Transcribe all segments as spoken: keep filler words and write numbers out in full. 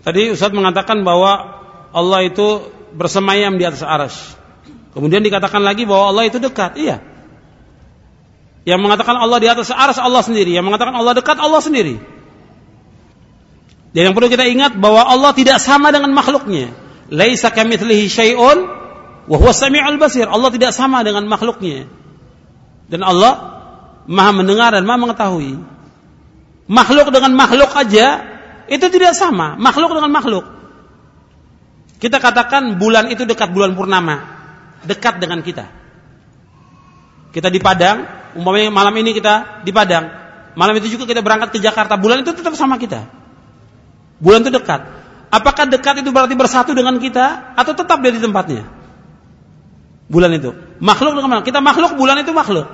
Tadi Ustaz mengatakan bahwa Allah itu bersemayam di atas arsy. Kemudian dikatakan lagi bahwa Allah itu dekat. Iya. Yang mengatakan Allah di atas arsy Allah sendiri, yang mengatakan Allah dekat Allah sendiri. Dan yang perlu kita ingat bahwa Allah tidak sama dengan makhluknya. Laisa kamitslihi syai'un wa huwas samiul basir. Allah tidak sama dengan makhluknya. Dan Allah Maha mendengar dan Maha mengetahui. Makhluk dengan makhluk aja itu tidak sama, makhluk dengan makhluk. Kita katakan bulan itu dekat, bulan purnama dekat dengan kita. Kita di Padang, umpamanya malam ini kita di Padang, malam itu juga kita berangkat ke Jakarta, bulan itu tetap sama kita. Bulan itu dekat. Apakah dekat itu berarti bersatu dengan kita atau tetap dia di tempatnya? Bulan itu makhluk dengan makhluk. Kita makhluk, bulan itu makhluk.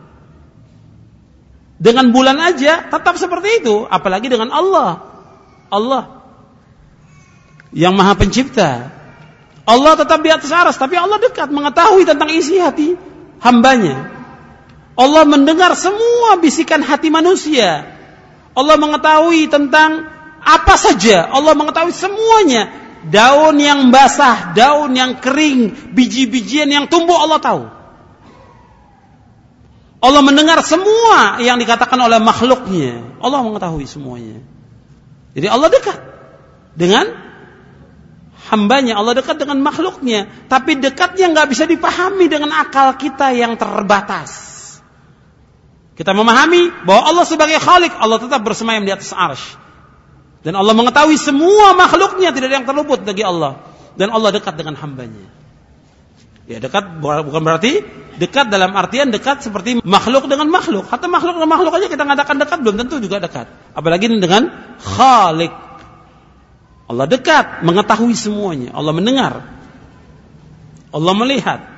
Dengan bulan aja tetap seperti itu, apalagi dengan Allah. Allah yang Maha Pencipta. Allah tetap di atas arsy, tapi Allah dekat, mengetahui tentang isi hati hambanya. Allah mendengar semua bisikan hati manusia. Allah mengetahui tentang apa saja. Allah mengetahui semuanya. Daun yang basah, daun yang kering, biji-bijian yang tumbuh, Allah tahu. Allah mendengar semua yang dikatakan oleh makhluknya. Allah mengetahui semuanya. Jadi Allah dekat dengan hambanya, Allah dekat dengan makhluknya. Tapi dekatnya nggak bisa dipahami dengan akal kita yang terbatas. Kita memahami bahwa Allah sebagai Khalik, Allah tetap bersemayam di atas arsy. Dan Allah mengetahui semua makhluknya, tidak ada yang terluput bagi Allah. Dan Allah dekat dengan hambanya. Ya, dekat bukan berarti dekat dalam artian dekat seperti makhluk dengan makhluk. Hatta makhluk dengan makhluk aja kita mengatakan dekat, belum tentu juga dekat. Apalagi dengan Khalik. Allah dekat, mengetahui semuanya. Allah mendengar. Allah melihat.